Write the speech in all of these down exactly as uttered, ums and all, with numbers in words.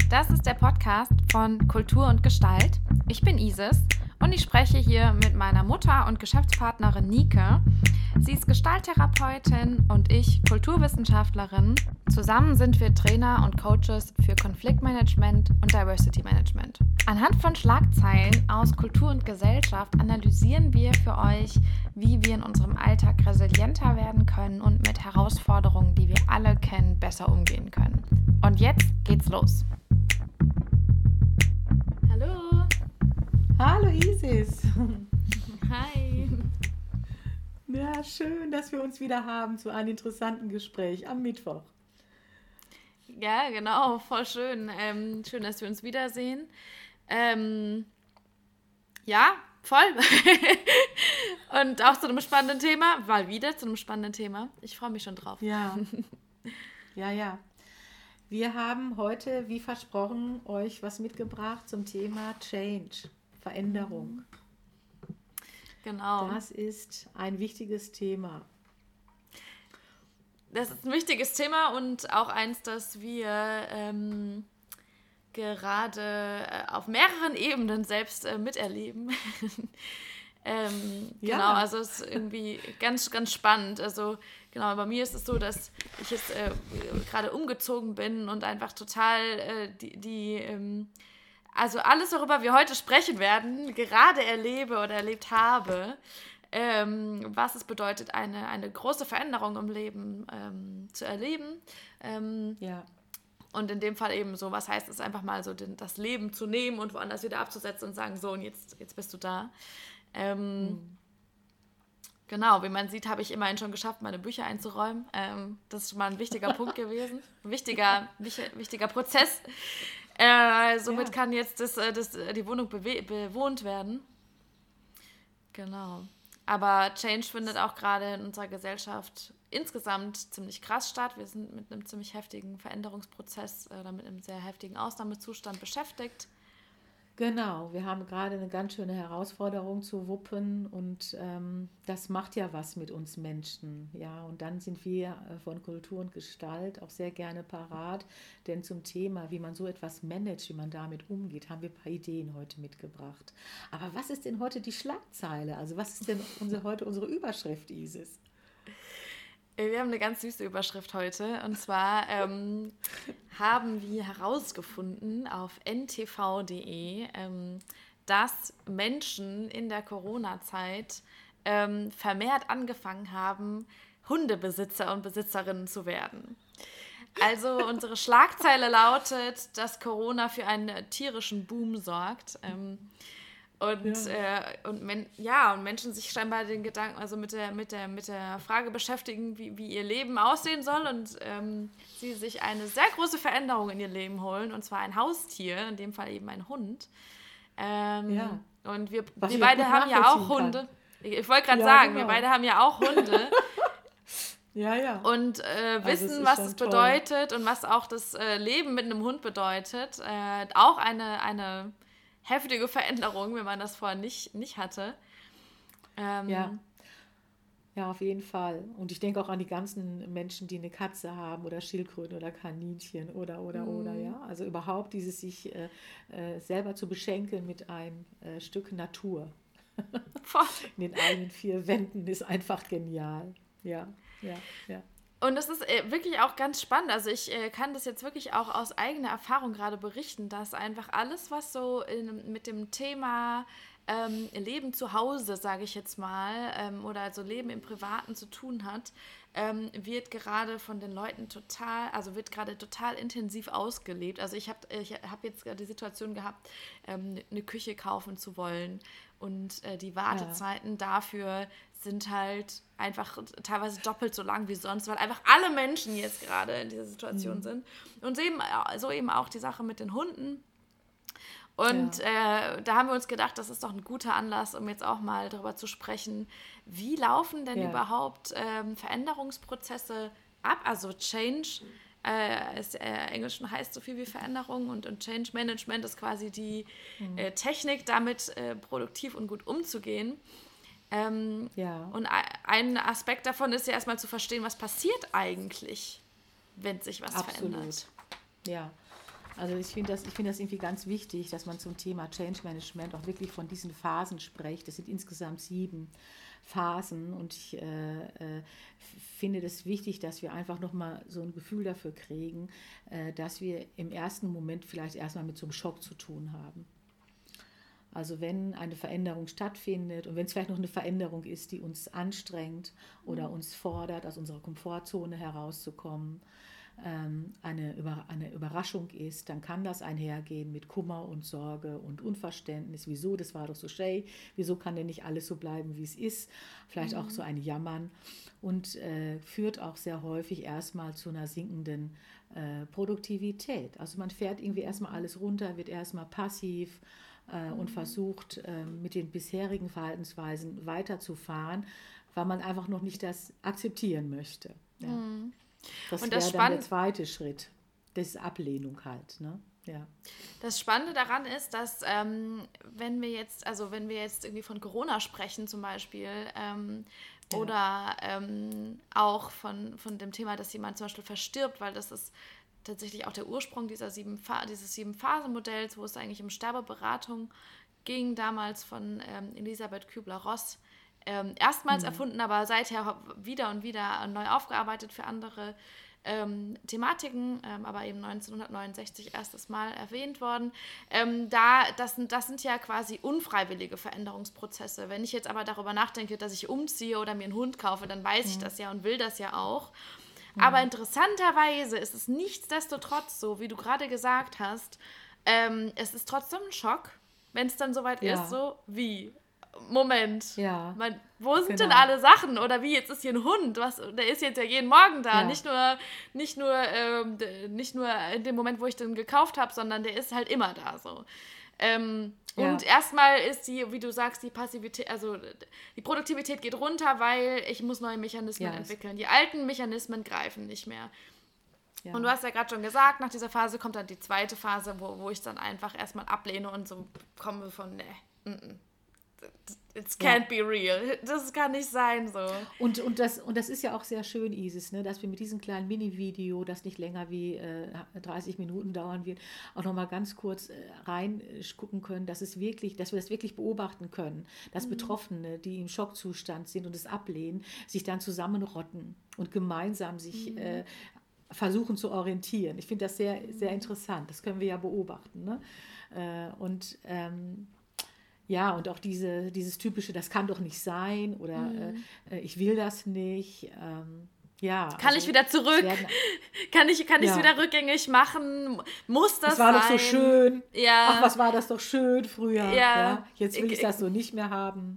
Das ist der Podcast von Kultur und Gestalt. Ich bin Isis und ich spreche hier mit meiner Mutter und Geschäftspartnerin Nike. Sie ist Gestalttherapeutin und ich Kulturwissenschaftlerin. Zusammen sind wir Trainer und Coaches für Konfliktmanagement und Diversity Management. Anhand von Schlagzeilen aus Kultur und Gesellschaft analysieren wir für euch, wie wir in unserem Alltag resilienter werden können und mit Herausforderungen, die wir alle kennen, besser umgehen können. Und jetzt geht's los. Hallo. Hallo Isis. Hi. Ja, schön, dass wir uns wieder haben zu einem interessanten Gespräch am Mittwoch. Ja, genau, voll schön. Ähm, schön, dass wir uns wiedersehen. Ähm, ja, voll. Und auch zu einem spannenden Thema, mal wieder zu einem spannenden Thema. Ich freue mich schon drauf. Ja, ja, ja. Wir haben heute, wie versprochen, euch was mitgebracht zum Thema Change, Veränderung. Genau. Das ist ein wichtiges Thema. Das ist ein wichtiges Thema und auch eins, das wir ähm, gerade auf mehreren Ebenen selbst äh, miterleben. ähm, Ja. Genau, also es ist irgendwie ganz, ganz spannend. Also genau, bei mir ist es so, dass ich jetzt äh, gerade umgezogen bin und einfach total äh, die, die ähm, also alles, worüber wir heute sprechen werden, gerade erlebe oder erlebt habe. Ähm, was es bedeutet, eine, eine große Veränderung im Leben ähm, zu erleben. Ähm, Ja. Und in dem Fall eben so, was heißt es einfach mal so, den, das Leben zu nehmen und woanders wieder abzusetzen und sagen, so, und jetzt, jetzt bist du da. Ähm, mhm. Genau, wie man sieht, habe ich immerhin schon geschafft, meine Bücher einzuräumen. Ähm, das ist schon mal ein wichtiger Punkt gewesen, ein wichtiger, wichtiger Prozess. Äh, somit ja. kann jetzt das, das, die Wohnung bewe- bewohnt werden. Genau. Aber Change findet auch gerade in unserer Gesellschaft insgesamt ziemlich krass statt. Wir sind mit einem ziemlich heftigen Veränderungsprozess oder mit einem sehr heftigen Ausnahmezustand beschäftigt. Genau, wir haben gerade eine ganz schöne Herausforderung zu wuppen und ähm, das macht ja was mit uns Menschen. Ja, und dann sind wir äh, von Kultur und Gestalt auch sehr gerne parat, denn zum Thema, wie man so etwas managt, wie man damit umgeht, haben wir ein paar Ideen heute mitgebracht. Aber was ist denn heute die Schlagzeile? Also was ist denn unsere, heute unsere Überschrift, Isis? Wir haben eine ganz süße Überschrift heute und zwar ähm, haben wir herausgefunden auf n t v punkt d e, ähm, dass Menschen in der Corona-Zeit ähm, vermehrt angefangen haben, Hundebesitzer und Besitzerinnen zu werden. Also unsere Schlagzeile lautet, dass Corona für einen tierischen Boom sorgt. Ähm, Und, ja. Äh, und, men- ja, und Menschen sich scheinbar den Gedanken, also mit der, mit der, mit der Frage beschäftigen, wie, wie ihr Leben aussehen soll und ähm, sie sich eine sehr große Veränderung in ihr Leben holen, und zwar ein Haustier, in dem Fall eben ein Hund. Ähm, ja. Und wir, Was wir beide haben ja auch Hunde. Ich, ich wollte gerade ja, sagen, genau. wir beide haben ja auch Hunde. ja, ja. Und äh, wissen, also was es toll. bedeutet und was auch das äh, Leben mit einem Hund bedeutet. Äh, auch eine, eine heftige Veränderung, wenn man das vorher nicht, nicht hatte. Ähm, ja. ja, auf jeden Fall. Und ich denke auch an die ganzen Menschen, die eine Katze haben oder Schildkröten oder Kaninchen oder, oder, mm. oder, ja. Also überhaupt dieses sich äh, äh, selber zu beschenken mit einem äh, Stück Natur. In den eigenen vier Wänden ist einfach genial. Ja, ja, ja. Und das ist äh, wirklich auch ganz spannend. Also ich äh, kann das jetzt wirklich auch aus eigener Erfahrung gerade berichten, dass einfach alles, was so in, mit dem Thema ähm, Leben zu Hause, sage ich jetzt mal, ähm, oder also Leben im Privaten zu tun hat, ähm, wird gerade von den Leuten total, also wird gerade total intensiv ausgelebt. Also ich habe ich hab jetzt die Situation gehabt, ähm, eine Küche kaufen zu wollen. Und äh, die Wartezeiten ja. dafür sind halt einfach teilweise doppelt so lang wie sonst, weil einfach alle Menschen jetzt gerade in dieser Situation mhm. sind. Und so eben, so eben auch die Sache mit den Hunden. Und ja. äh, da haben wir uns gedacht, das ist doch ein guter Anlass, um jetzt auch mal darüber zu sprechen, wie laufen denn ja. überhaupt ähm, Veränderungsprozesse ab, also Change. Äh, ist, äh, Englischen heißt so viel wie Veränderung und, und Change Management ist quasi die mhm. äh, Technik, damit äh, produktiv und gut umzugehen. Ähm, ja. Und ein Aspekt davon ist ja erstmal zu verstehen, was passiert eigentlich, wenn sich was Absolut. verändert. Ja, Also ich finde das, ich finde das irgendwie ganz wichtig, dass man zum Thema Change Management auch wirklich von diesen Phasen spricht. Das sind insgesamt sieben Phasen und ich äh, äh, finde das wichtig, dass wir einfach nochmal so ein Gefühl dafür kriegen, äh, dass wir im ersten Moment vielleicht erstmal mit so einem Schock zu tun haben. Also wenn eine Veränderung stattfindet und wenn es vielleicht noch eine Veränderung ist, die uns anstrengt oder mhm. uns fordert, aus unserer Komfortzone herauszukommen, ähm, eine, Über- eine Überraschung ist, dann kann das einhergehen mit Kummer und Sorge und Unverständnis. Wieso, das war doch so schön, wieso kann denn nicht alles so bleiben, wie es ist? Vielleicht mhm. auch so ein Jammern und äh, führt auch sehr häufig erstmal zu einer sinkenden äh, Produktivität. Also man fährt irgendwie erstmal alles runter, wird erstmal passiv, und versucht, äh, mit den bisherigen Verhaltensweisen weiterzufahren, weil man einfach noch nicht das akzeptieren möchte. Ja. Mhm. Das wäre dann der zweite Schritt, das ist Ablehnung halt. Ne? Ja. Das Spannende daran ist, dass ähm, wenn wir jetzt, also wenn wir jetzt irgendwie von Corona sprechen zum Beispiel, ähm, ja. oder ähm, auch von, von dem Thema, dass jemand zum Beispiel verstirbt, weil das ist tatsächlich auch der Ursprung dieser sieben, dieses Sieben-Phasen-Modells, wo es eigentlich um Sterbeberatung ging, damals von ähm, Elisabeth Kübler-Ross. Ähm, erstmals mhm. erfunden, aber seither wieder und wieder neu aufgearbeitet für andere ähm, Thematiken, ähm, aber eben neunzehnhundertneunundsechzig erstes Mal erwähnt worden. Ähm, da, das, das sind ja quasi unfreiwillige Veränderungsprozesse. Wenn ich jetzt aber darüber nachdenke, dass ich umziehe oder mir einen Hund kaufe, dann weiß mhm. ich das ja und will das ja auch. Aber interessanterweise ist es nichtsdestotrotz so, wie du gerade gesagt hast, ähm, es ist trotzdem ein Schock, wenn es dann soweit ja. ist, so wie, Moment, ja. mein, wo sind genau. denn alle Sachen? Oder wie, jetzt ist hier ein Hund, was, der ist jetzt ja jeden Morgen da, ja. nicht nur, nicht nur, ähm, nicht nur in dem Moment, wo ich den gekauft habe, sondern der ist halt immer da so. Ähm, ja. Und erstmal ist die, wie du sagst, die Passivität, also die Produktivität geht runter, weil ich muss neue Mechanismen ja, entwickeln. Die alten Mechanismen greifen nicht mehr. Ja. Und du hast ja gerade schon gesagt, nach dieser Phase kommt dann die zweite Phase, wo, wo ich dann einfach erstmal ablehne und so komme von, ne, mm-mm. It can't ja. be real. Das kann nicht sein so. Und, und, das, und das ist ja auch sehr schön, Isis, ne, dass wir mit diesem kleinen Mini-Video, das nicht länger wie äh, dreißig Minuten dauern wird, auch nochmal ganz kurz äh, reingucken können, dass es wirklich, dass wir das wirklich beobachten können, dass mhm. Betroffene, die im Schockzustand sind und es ablehnen, sich dann zusammenrotten und gemeinsam sich mhm. äh, versuchen zu orientieren. Ich finde das sehr, sehr interessant. Das können wir ja beobachten. Ne? Äh, und ähm, Ja, und auch diese, dieses typische, das kann doch nicht sein oder mhm. äh, ich will das nicht. Ähm, ja, kann also, ich wieder zurück? Werden, kann ich es ja. wieder rückgängig machen? Muss das sein? Das war sein? Doch so schön. Ja. Ach, was war das doch schön früher. Ja. Ja. Jetzt will ich, ich das so nicht mehr haben.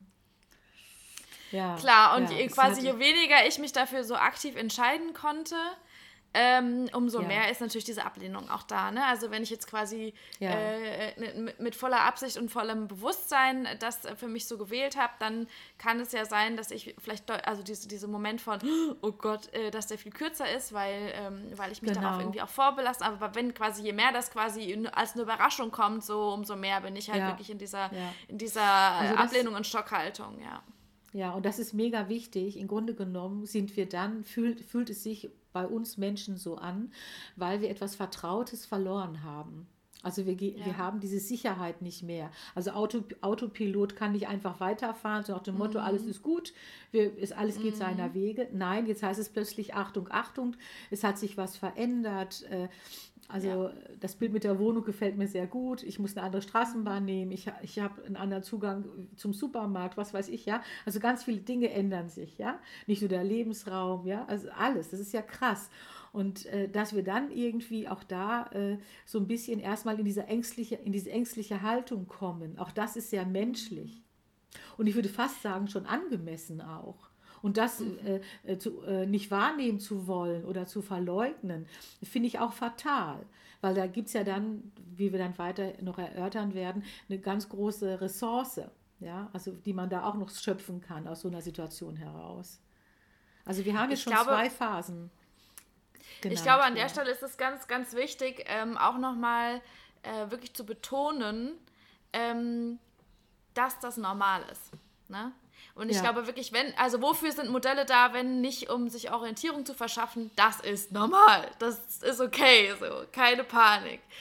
Ja. Klar, und ja, quasi je weniger ich mich dafür so aktiv entscheiden konnte, Ähm, umso ja. mehr ist natürlich diese Ablehnung auch da. Ne? Also wenn ich jetzt quasi ja. äh, mit, mit voller Absicht und vollem Bewusstsein das für mich so gewählt habe, dann kann es ja sein, dass ich vielleicht, de- also diese, diese Moment von, oh Gott, äh, dass der viel kürzer ist, weil, ähm, weil ich mich genau. darauf irgendwie auch vorbelasse. Aber wenn quasi, je mehr das quasi als eine Überraschung kommt, so umso mehr bin ich halt ja. wirklich in dieser, ja. in dieser also Ablehnung und Stockhaltung, ja. Ja, und das ist mega wichtig. Im Grunde genommen sind wir dann, fühlt, fühlt es sich bei uns Menschen so an, weil wir etwas Vertrautes verloren haben. Also wir, ja. wir haben diese Sicherheit nicht mehr. Also Auto, Autopilot kann nicht einfach weiterfahren, so nach dem Motto, mhm. alles ist gut, wir, ist, alles geht mhm. seiner Wege. Nein, jetzt heißt es plötzlich, Achtung, Achtung, es hat sich was verändert. Äh, Also ja. das Bild mit der Wohnung gefällt mir sehr gut. Ich muss eine andere Straßenbahn nehmen. Ich, ich habe einen anderen Zugang zum Supermarkt, was weiß ich, ja. Also ganz viele Dinge ändern sich, ja. Nicht nur der Lebensraum, ja. Also alles, das ist ja krass. Und äh, dass wir dann irgendwie auch da äh, so ein bisschen erstmal in diese ängstliche, in diese ängstliche Haltung kommen. Auch das ist sehr menschlich. Und ich würde fast sagen, schon angemessen auch. Und das äh, äh, zu, äh, nicht wahrnehmen zu wollen oder zu verleugnen, finde ich auch fatal. Weil da gibt es ja dann, wie wir dann weiter noch erörtern werden, eine ganz große Ressource, ja? Also die man da auch noch schöpfen kann aus so einer Situation heraus. Also wir haben jetzt schon glaube, zwei Phasen genannt. Ich glaube, an der ja. Stelle ist es ganz, ganz wichtig, ähm, auch nochmal äh, wirklich zu betonen, ähm, dass das normal ist, ne? Und ich ja. glaube wirklich, wenn, also wofür sind Modelle da, wenn nicht, um sich Orientierung zu verschaffen? Das ist normal, das ist okay, so, keine Panik.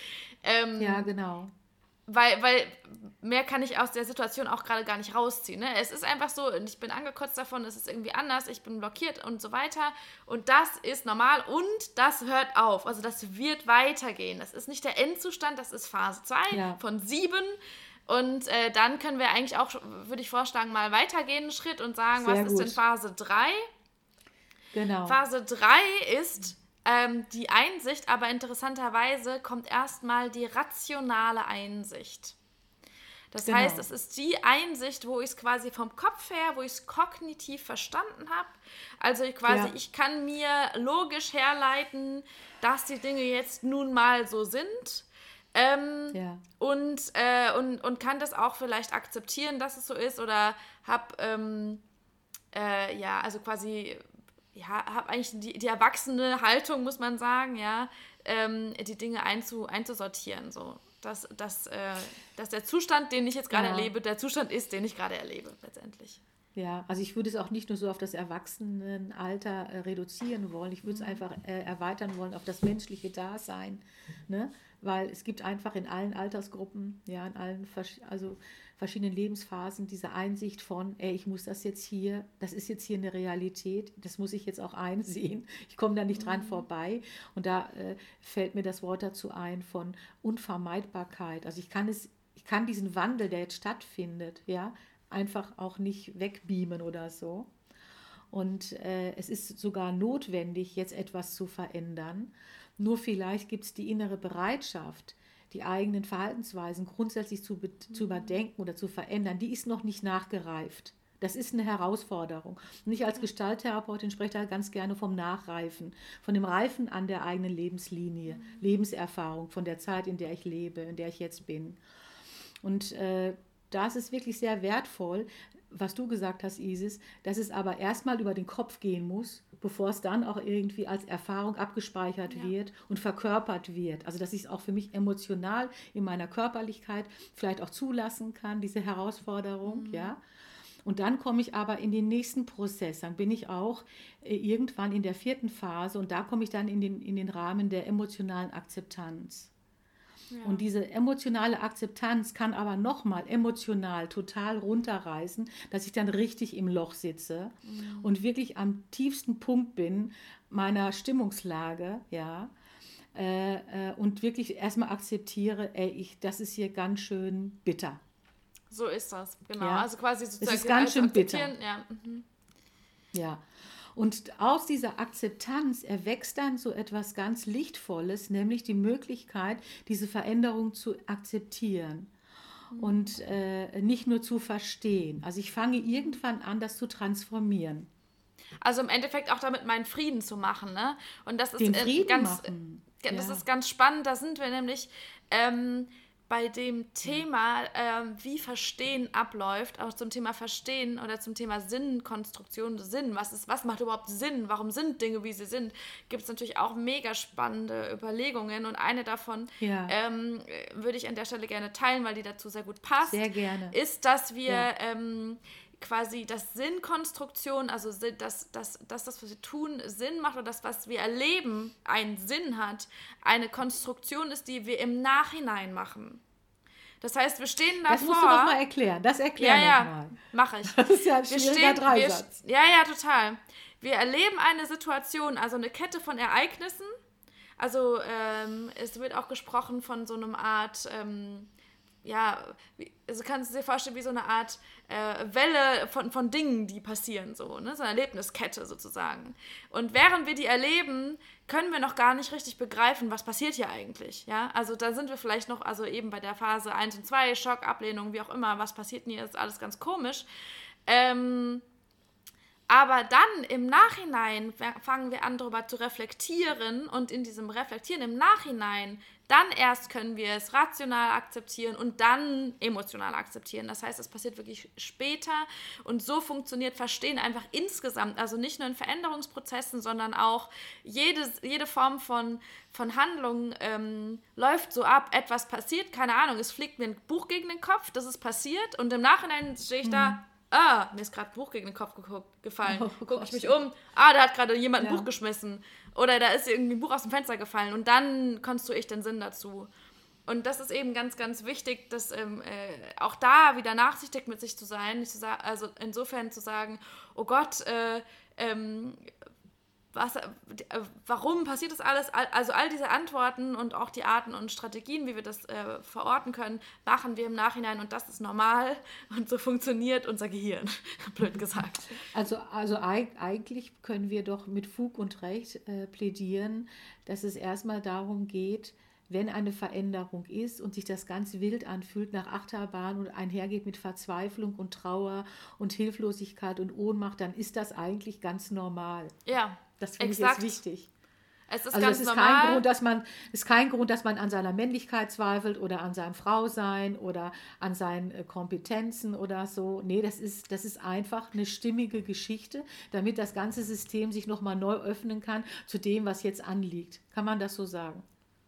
Ähm, ja, genau. Weil, weil mehr kann ich aus der Situation auch gerade gar nicht rausziehen. Ne? Es ist einfach so, und ich bin angekotzt davon, es ist irgendwie anders, ich bin blockiert und so weiter. Und das ist normal und das hört auf. Also das wird weitergehen. Das ist nicht der Endzustand, das ist Phase zwei Ja. von sieben. Und äh, dann können wir eigentlich auch, würde ich vorschlagen, mal weitergehen einen Schritt und sagen, Sehr was gut. ist denn Phase drei? Genau. Phase drei ist ähm, die Einsicht, aber interessanterweise kommt erstmal die rationale Einsicht. Das Genau. heißt, es ist die Einsicht, wo ich es quasi vom Kopf her, wo ich es kognitiv verstanden habe. Also quasi, Ja. ich kann mir logisch herleiten, dass die Dinge jetzt nun mal so sind. Ähm, Ja. und, äh, und, und kann das auch vielleicht akzeptieren, dass es so ist. Oder habe, ähm, äh, ja, also quasi, ja, habe eigentlich die, die erwachsene Haltung, muss man sagen, ja, ähm, die Dinge einzu, einzusortieren, so. Dass, dass, äh, dass der Zustand, den ich jetzt gerade Ja. erlebe, der Zustand ist, den ich gerade erlebe, letztendlich. Ja, also ich würde es auch nicht nur so auf das Erwachsenenalter äh, reduzieren wollen, ich würde es einfach äh, erweitern wollen auf das menschliche Dasein, ne? Weil es gibt einfach in allen Altersgruppen, ja, in allen vers- also verschiedenen Lebensphasen diese Einsicht von, ey, ich muss das jetzt hier, das ist jetzt hier eine Realität, das muss ich jetzt auch einsehen, ich komme da nicht dran Mhm. vorbei und da äh, fällt mir das Wort dazu ein von Unvermeidbarkeit, also ich kann es, ich kann diesen Wandel, der jetzt stattfindet, ja, einfach auch nicht wegbeamen oder so. Und äh, es ist sogar notwendig, jetzt etwas zu verändern. Nur vielleicht gibt es die innere Bereitschaft, die eigenen Verhaltensweisen grundsätzlich zu, be- zu überdenken oder zu verändern. Die ist noch nicht nachgereift. Das ist eine Herausforderung. Und ich als Gestalttherapeutin spreche da ganz gerne vom Nachreifen, von dem Reifen an der eigenen Lebenslinie, Lebenserfahrung, von der Zeit, in der ich lebe, in der ich jetzt bin. Und äh, da ist es wirklich sehr wertvoll, was du gesagt hast, Isis, dass es aber erstmal über den Kopf gehen muss, bevor es dann auch irgendwie als Erfahrung abgespeichert Ja. wird und verkörpert wird. Also dass ich es auch für mich emotional in meiner Körperlichkeit vielleicht auch zulassen kann, diese Herausforderung, Mhm. ja. Und dann komme ich aber in den nächsten Prozess. Dann bin ich auch äh, irgendwann in der vierten Phase und da komme ich dann in den, in den Rahmen der emotionalen Akzeptanz. Ja. Und diese emotionale Akzeptanz kann aber nochmal emotional total runterreißen, dass ich dann richtig im Loch sitze Mhm. und wirklich am tiefsten Punkt bin meiner Stimmungslage, ja, äh, äh, und wirklich erstmal akzeptiere, ey, ich, das ist hier ganz schön bitter. So ist das, genau. Ja. Also quasi Es sozusagen ist ganz also schön bitter. akzeptieren, ja. Mhm. Ja. Und aus dieser Akzeptanz erwächst dann so etwas ganz Lichtvolles, nämlich die Möglichkeit, diese Veränderung zu akzeptieren und äh, nicht nur zu verstehen. Also ich fange irgendwann an, das zu transformieren. Also im Endeffekt auch damit meinen Frieden zu machen, ne? Und das ist Den äh, Frieden ganz, machen. äh, das Ja. ist ganz spannend. Da sind wir nämlich ähm, bei dem Thema, ähm, wie Verstehen abläuft, auch zum Thema Verstehen oder zum Thema Sinnkonstruktion, Sinn. Was ist, was macht überhaupt Sinn? Warum sind Dinge, wie sie sind? Gibt es natürlich auch mega spannende Überlegungen und eine davon Ja. ähm, würde ich an der Stelle gerne teilen, weil die dazu sehr gut passt. Sehr gerne. Ist, dass wir Ja. ähm, quasi das Sinnkonstruktion, also Sinn- dass, dass, dass das, was wir tun, Sinn macht oder das, was wir erleben, einen Sinn hat, eine Konstruktion ist, die wir im Nachhinein machen. Das heißt, wir stehen davor. Das musst du noch mal erklären. Das erklär ja, ja, noch mal. mache ich. Das ist ja ein Wir schwieriger stehen, Dreisatz. wir, ja, ja, total. Wir erleben eine Situation, also eine Kette von Ereignissen. Also ähm, es wird auch gesprochen von so einem Art, ähm, ja, wie, also kannst du dir vorstellen, wie so eine Art äh, Welle von, von Dingen, die passieren, so, ne? So eine Erlebniskette sozusagen. Und während wir die erleben, können wir noch gar nicht richtig begreifen, was passiert hier eigentlich, ja? Also da sind wir vielleicht noch, also eben bei der Phase eins und zwei, Schock, Ablehnung, wie auch immer, was passiert denn hier, ist alles ganz komisch. Ähm, aber dann im Nachhinein fangen wir an, darüber zu reflektieren und in diesem Reflektieren im Nachhinein, dann erst können wir es rational akzeptieren und dann emotional akzeptieren. Das heißt, es passiert wirklich später und so funktioniert Verstehen einfach insgesamt, also nicht nur in Veränderungsprozessen, sondern auch jedes, jede Form von, von Handlung ähm, läuft so ab, etwas passiert, keine Ahnung, es fliegt mir ein Buch gegen den Kopf, das ist passiert und im Nachhinein stehe ich da, Mhm. ah, mir ist gerade ein Buch gegen den Kopf geguckt, gefallen. Oh Gucke Gott. ich mich um, ah, da hat gerade jemand ein Ja. Buch geschmissen. Oder da ist irgendwie ein Buch aus dem Fenster gefallen. Und dann konstruiere ich den Sinn dazu. Und das ist eben ganz, ganz wichtig, dass ähm, äh, auch da wieder nachsichtig mit sich zu sein, nicht zu sa- also insofern zu sagen, oh Gott, äh, ähm, was, äh, warum passiert das alles? Also all diese Antworten und auch die Arten und Strategien, wie wir das äh, verorten können, machen wir im Nachhinein und das ist normal und so funktioniert unser Gehirn, blöd gesagt. Also, also eigentlich können wir doch mit Fug und Recht äh, plädieren, dass es erstmal darum geht, wenn eine Veränderung ist und sich das ganz wild anfühlt nach Achterbahn und einhergeht mit Verzweiflung und Trauer und Hilflosigkeit und Ohnmacht, dann ist das eigentlich ganz normal. Ja, das finde ich exakt. jetzt wichtig. Es ist also ganz es ist normal. kein Grund, dass man, ist kein Grund, dass man an seiner Männlichkeit zweifelt oder an seinem Frausein oder an seinen äh, Kompetenzen oder so. Nee, das ist, das ist einfach eine stimmige Geschichte, damit das ganze System sich nochmal neu öffnen kann zu dem, was jetzt anliegt. Kann man das so sagen?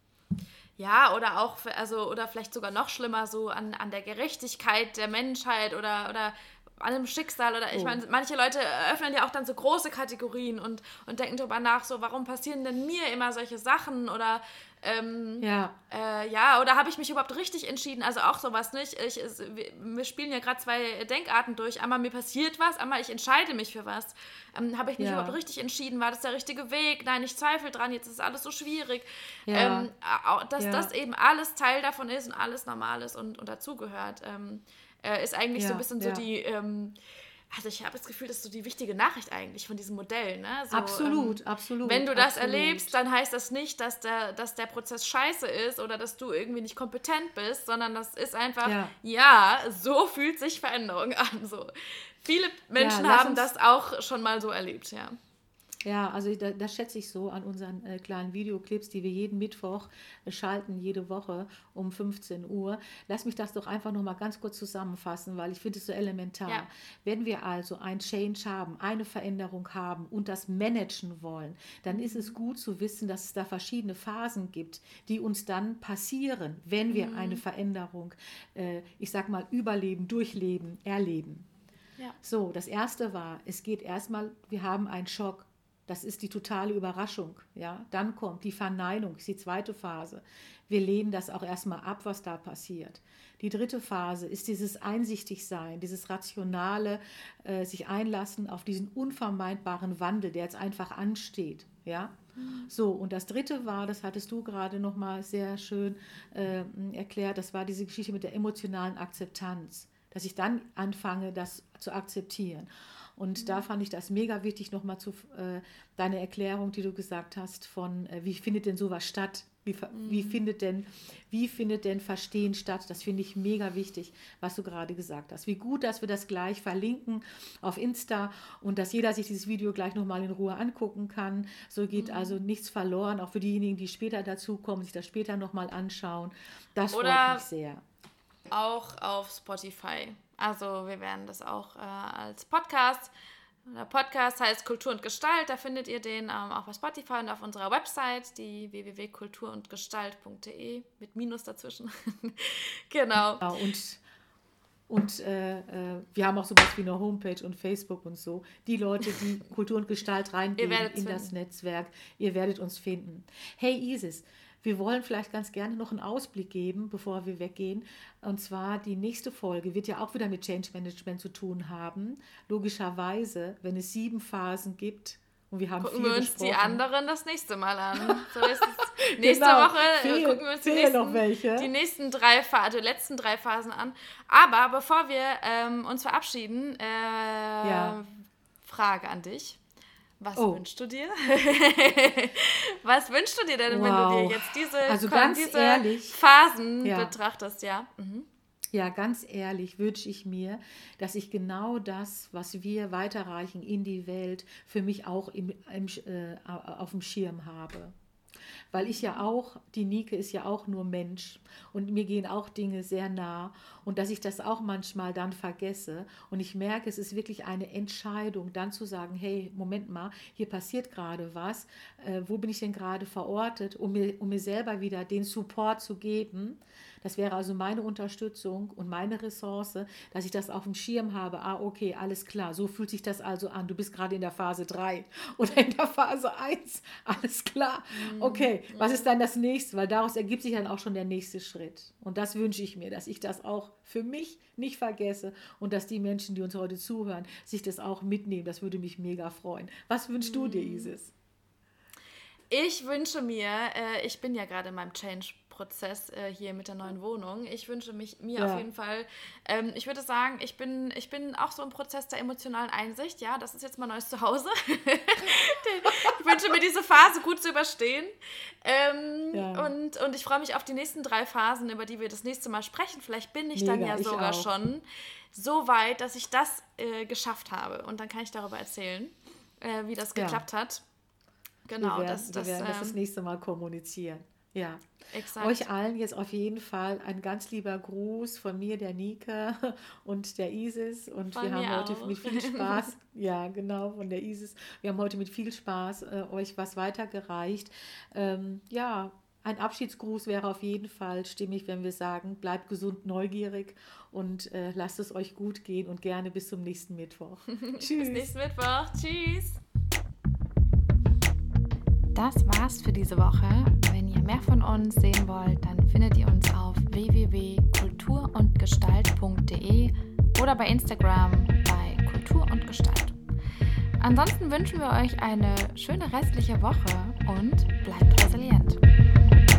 Ja, oder auch, also, oder vielleicht sogar noch schlimmer, so an, an der Gerechtigkeit der Menschheit oder, oder an einem Schicksal. Oder ich Oh. meine, manche Leute eröffnen ja auch dann so große Kategorien und, und denken darüber nach, so, warum passieren denn mir immer solche Sachen? Oder ähm, Ja. Äh, ja, oder habe ich mich überhaupt richtig entschieden? Also auch sowas nicht. Ich, es, wir, wir spielen ja gerade zwei Denkarten durch. Einmal mir passiert was, einmal ich entscheide mich für was. Ähm, habe ich mich Ja. überhaupt richtig entschieden? War das der richtige Weg? Nein, ich zweifle dran, jetzt ist alles so schwierig. Ja. Ähm, au- dass Ja. das eben alles Teil davon ist und alles normal ist und, und dazugehört, ähm, äh, ist eigentlich Ja, so ein bisschen so ja. die... Ähm, also ich habe das Gefühl, das ist so die wichtige Nachricht eigentlich von diesem Modell. Ne? So, Absolut, ähm, absolut. Wenn du das absolut. erlebst, dann heißt das nicht, dass der, dass der Prozess scheiße ist oder dass du irgendwie nicht kompetent bist, sondern das ist einfach, ja, Ja. so fühlt sich Veränderung an. So. Viele Menschen Ja, lass haben uns- das auch schon mal so erlebt, ja. Ja, also da, das schätze ich so an unseren äh, kleinen Videoclips, die wir jeden Mittwoch äh, schalten, jede Woche um fünfzehn Uhr. Lass mich das doch einfach noch mal ganz kurz zusammenfassen, weil ich finde es so elementar. Ja. Wenn wir also ein Change haben, eine Veränderung haben und das managen wollen, dann ist es gut zu wissen, dass es da verschiedene Phasen gibt, die uns dann passieren, wenn wir eine Veränderung, äh, ich sag mal, überleben, durchleben, erleben. Ja. So, das erste war, es geht erstmal, wir haben einen Schock. Das ist die totale Überraschung. Ja? Dann kommt die Verneinung, ist die zweite Phase. Wir lehnen das auch erstmal ab, was da passiert. Die dritte Phase ist dieses Einsichtigsein, dieses rationale äh, sich einlassen auf diesen unvermeidbaren Wandel, der jetzt einfach ansteht. Ja? So, und das dritte war, das hattest du gerade noch mal sehr schön äh, erklärt, das war diese Geschichte mit der emotionalen Akzeptanz, dass ich dann anfange, das zu akzeptieren. Und da fand ich das mega wichtig, nochmal zu äh, deine Erklärung, die du gesagt hast, von äh, wie findet denn sowas statt? Wie, mhm. wie, findet denn, wie findet denn Verstehen statt? Das finde ich mega wichtig, was du gerade gesagt hast. Wie gut, dass wir das gleich verlinken auf Insta und dass jeder sich dieses Video gleich nochmal in Ruhe angucken kann. So geht mhm. also nichts verloren, auch für diejenigen, die später dazukommen, sich das später nochmal anschauen. Das Oder freut mich sehr. Auch auf Spotify. Also wir werden das auch äh, als Podcast. Der Podcast heißt Kultur und Gestalt. Da findet ihr den ähm, auch bei Spotify und auf unserer Website, die w w w punkt kultur und gestalt punkt d e mit Minus dazwischen. Genau. Ja, und und äh, äh, wir haben auch sowas wie eine Homepage und Facebook und so. Die Leute, die Kultur und Gestalt reingeben in finden. das Netzwerk, ihr werdet uns finden. Hey Isis, wir wollen vielleicht ganz gerne noch einen Ausblick geben, bevor wir weggehen. Und zwar die nächste Folge wird ja auch wieder mit Change Management zu tun haben. Logischerweise, wenn es sieben Phasen gibt. Und wir haben gucken vier wir uns besprochen. die anderen das nächste Mal an. So ist es. Nächste Genau. Woche Fehl, gucken wir uns die fehlen noch nächsten, welche. die nächsten drei, also letzten drei Phasen an. Aber bevor wir ähm, uns verabschieden, äh, Ja. Frage an dich. Was Oh. wünschst du dir? Was wünschst du dir denn, Wow. wenn du dir jetzt diese, Also Kon- ganz diese ehrlich, Phasen ja. betrachtest? Ja. Mhm. Ja, ganz ehrlich wünsche ich mir, dass ich genau das, was wir weiterreichen in die Welt, für mich auch im, im, äh, auf dem Schirm habe. Weil ich ja auch, die Nike ist ja auch nur Mensch und mir gehen auch Dinge sehr nah und dass ich das auch manchmal dann vergesse und ich merke, es ist wirklich eine Entscheidung, dann zu sagen, hey, Moment mal, hier passiert gerade was, äh, wo bin ich denn gerade verortet, um mir, um mir selber wieder den Support zu geben, Das wäre also meine Unterstützung und meine Ressource, dass ich das auf dem Schirm habe. Ah, okay, alles klar, so fühlt sich das also an. Du bist gerade in der Phase drei oder in der Phase eins. Alles klar. Okay, was ist dann das nächste? Weil daraus ergibt sich dann auch schon der nächste Schritt. Und das wünsche ich mir, dass ich das auch für mich nicht vergesse und dass die Menschen, die uns heute zuhören, sich das auch mitnehmen. Das würde mich mega freuen. Was wünschst du dir, Isis? Ich wünsche mir, äh, ich bin ja gerade in meinem Change-Prozess äh, hier mit der neuen Wohnung. Ich wünsche mich, mir Ja. auf jeden Fall, ähm, ich würde sagen, ich bin, ich bin auch so im Prozess der emotionalen Einsicht. Ja, das ist jetzt mein neues Zuhause. Ich wünsche mir diese Phase gut zu überstehen. Ähm, Ja. und, und ich freue mich auf die nächsten drei Phasen, über die wir das nächste Mal sprechen. Vielleicht bin ich dann Mega, ja ich sogar auch. schon so weit, dass ich das äh, geschafft habe. Und dann kann ich darüber erzählen, äh, wie das Ja. geklappt hat. Wir Genau, werden, das, das, wir werden das das ähm, nächste Mal kommunizieren. Ja. exakt. Euch allen jetzt auf jeden Fall ein ganz lieber Gruß von mir, der Nike und der Isis. Und Von wir haben mir heute auch. mit viel Spaß, ja genau, von der Isis. Wir haben heute mit viel Spaß äh, euch was weitergereicht. Ähm, ja, ein Abschiedsgruß wäre auf jeden Fall stimmig, wenn wir sagen, bleibt gesund, neugierig und äh, lasst es euch gut gehen und gerne bis zum nächsten Mittwoch. Bis Tschüss. nächsten Mittwoch. Tschüss. Das war's für diese Woche. Wenn ihr mehr von uns sehen wollt, dann findet ihr uns auf w w w punkt kultur und gestalt punkt d e oder bei Instagram bei Kultur und Gestalt. Ansonsten wünschen wir euch eine schöne restliche Woche und bleibt resilient.